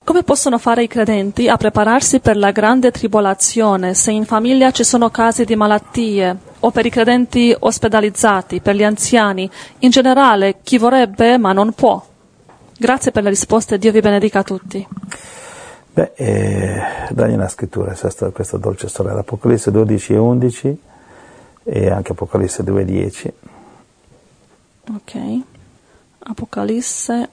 Come possono fare i credenti a prepararsi per la grande tribolazione se in famiglia ci sono casi di malattie, o per i credenti ospedalizzati, per gli anziani, in generale chi vorrebbe ma non può? Grazie per le risposte, Dio vi benedica a tutti. Dagli una scrittura, questa dolce sorella, Apocalisse 12:11 e anche Apocalisse 2:10. Ok, Apocalisse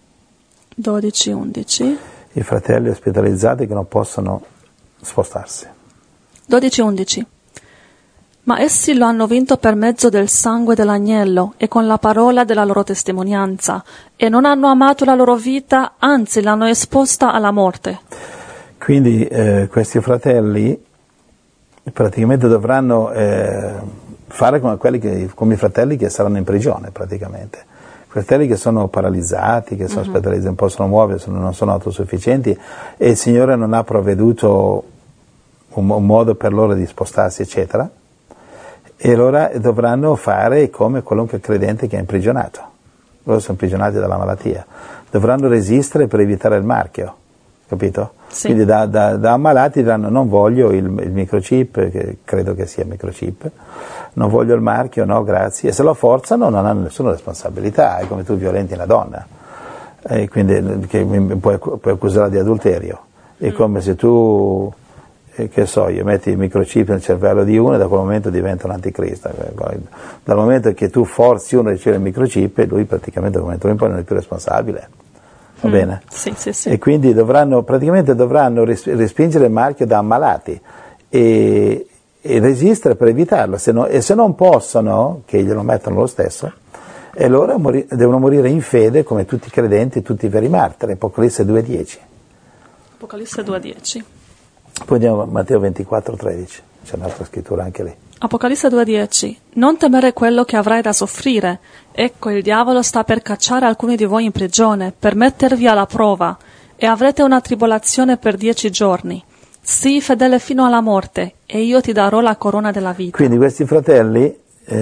12:11. I fratelli ospitalizzati che non possono spostarsi. 12:11. Ma essi lo hanno vinto per mezzo del sangue dell'agnello e con la parola della loro testimonianza, e non hanno amato la loro vita, anzi l'hanno esposta alla morte. Quindi questi fratelli praticamente dovranno fare come i fratelli che saranno in prigione praticamente. Fratelli che sono paralizzati, che sono ospedalizzati, non possono muoversi, non sono autosufficienti e il Signore non ha provveduto un modo per loro di spostarsi, eccetera. E allora dovranno fare come qualunque credente che è imprigionato. Loro sono imprigionati dalla malattia. Dovranno resistere per evitare il marchio, capito? Sì. Quindi da ammalati diranno non voglio il microchip, che credo che sia microchip, non voglio il marchio, no grazie. E se lo forzano non hanno nessuna responsabilità, è come tu violenti una donna. E quindi che puoi accusarla di adulterio. È come se tu... che so io, metti il microchip nel cervello di uno e da quel momento diventa un anticristo. Dal momento che tu forzi uno a ricevere il microchip, lui praticamente da quel momento in poi non è più responsabile. Va bene? Sì. E quindi dovranno respingere il marchio da ammalati e resistere per evitarlo. E se non possono, che glielo mettono lo stesso, e loro devono morire in fede come tutti i credenti, tutti i veri martiri. Apocalisse 2:10. Apocalisse 2:10. Poi andiamo a Matteo 24:13, c'è un'altra scrittura anche lì. Apocalisse 2:10. Non temere quello che avrai da soffrire. Ecco, il diavolo sta per cacciare alcuni di voi in prigione, per mettervi alla prova, e avrete una tribolazione per 10 giorni. Sii fedele fino alla morte, e io ti darò la corona della vita. Quindi questi fratelli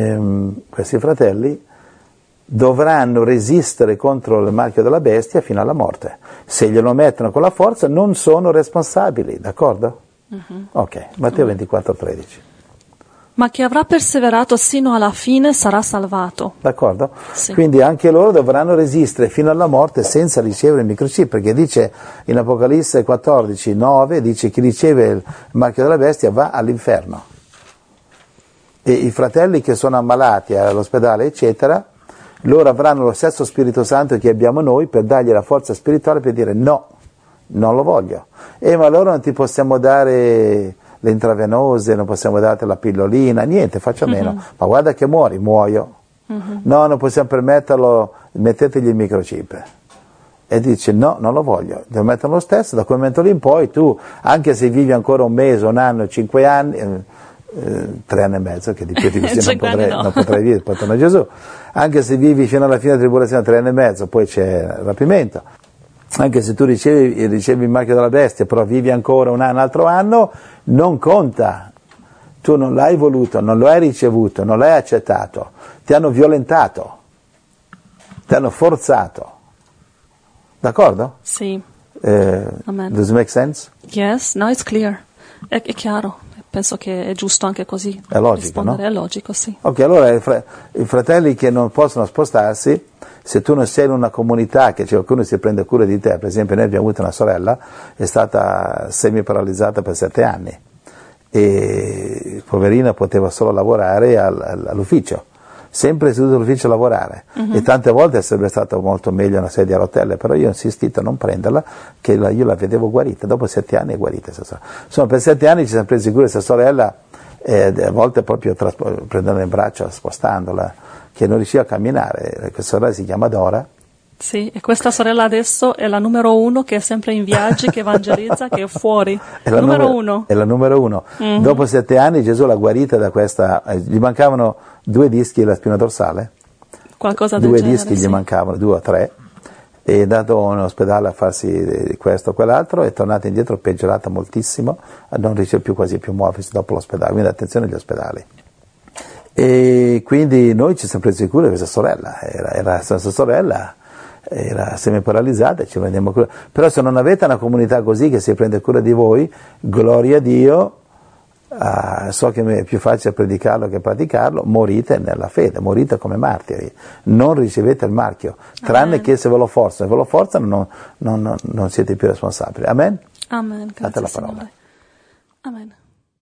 dovranno resistere contro il marchio della bestia fino alla morte. Se glielo mettono con la forza non sono responsabili, d'accordo? Ok, Matteo 24:13. Ma chi avrà perseverato sino alla fine sarà salvato. D'accordo? Sì. Quindi anche loro dovranno resistere fino alla morte senza ricevere il microchip, perché dice in Apocalisse 14:9, dice chi riceve il marchio della bestia va all'inferno. E i fratelli che sono ammalati all'ospedale, eccetera, loro avranno lo stesso Spirito Santo che abbiamo noi per dargli la forza spirituale per dire no, non lo voglio. Ma allora non ti possiamo dare le intravenose, non possiamo darti la pillolina, niente, faccio meno. Ma guarda che muoio. No, non possiamo permetterlo, mettetegli il microchip. E dice no, non lo voglio. Devo metterlo lo stesso, da quel momento lì in poi tu, anche se vivi ancora un mese, un anno, 5 anni... 3 anni e mezzo, che di più di così non potrei vivere, poi torna Gesù. Anche se vivi fino alla fine della tribolazione 3 anni e mezzo, poi c'è il rapimento. Anche se tu ricevi il marchio della bestia, però vivi ancora un altro anno, non conta. Tu non l'hai voluto, non lo hai ricevuto, non l'hai accettato. Ti hanno violentato, ti hanno forzato. D'accordo? Sì. Amen. Does it make sense? Yes, no, it's clear. È chiaro. Penso che è giusto anche così. È logico, rispondere. no? È logico, sì. Ok, allora i fratelli che non possono spostarsi, se tu non sei in una comunità che qualcuno si prende cura di te, per esempio noi abbiamo avuto una sorella, è stata semi-paralizzata per 7 anni e poverina poteva solo lavorare all'ufficio, sempre seduto all'ufficio a lavorare e tante volte sarebbe stato molto meglio una sedia a rotelle, però io ho insistito a non prenderla, che io la vedevo guarita, dopo 7 anni è guarita. Insomma, per 7 anni ci siamo presi cura di questa sorella, a volte proprio prendendola in braccio, spostandola, che non riusciva a camminare. Questa sorella si chiama Dora. Sì, e questa sorella adesso è la numero 1 che è sempre in viaggi, che evangelizza, che è fuori. È la numero 1. È la numero 1. Dopo 7 anni Gesù l'ha guarita da questa, gli mancavano 2 dischi alla spina dorsale. Qualcosa del 2 genere, dischi sì. gli mancavano, 2 o 3. È andato in ospedale a farsi questo o quell'altro, è tornato indietro, peggiorata moltissimo, non riesce più quasi più a muoversi dopo l'ospedale, quindi attenzione agli ospedali. E quindi noi ci siamo presi cura di questa sorella, era la nostra sorella, era semiparalizzata e ci prendiamo cura. Però se non avete una comunità così che si prende cura di voi, gloria a Dio, so che è più facile predicarlo che praticarlo, morite nella fede, morite come martiri, non ricevete il marchio, tranne che se ve lo forzano non siete più responsabili. Amen? Amen. Date Grazie, la parola. Signore. Amen.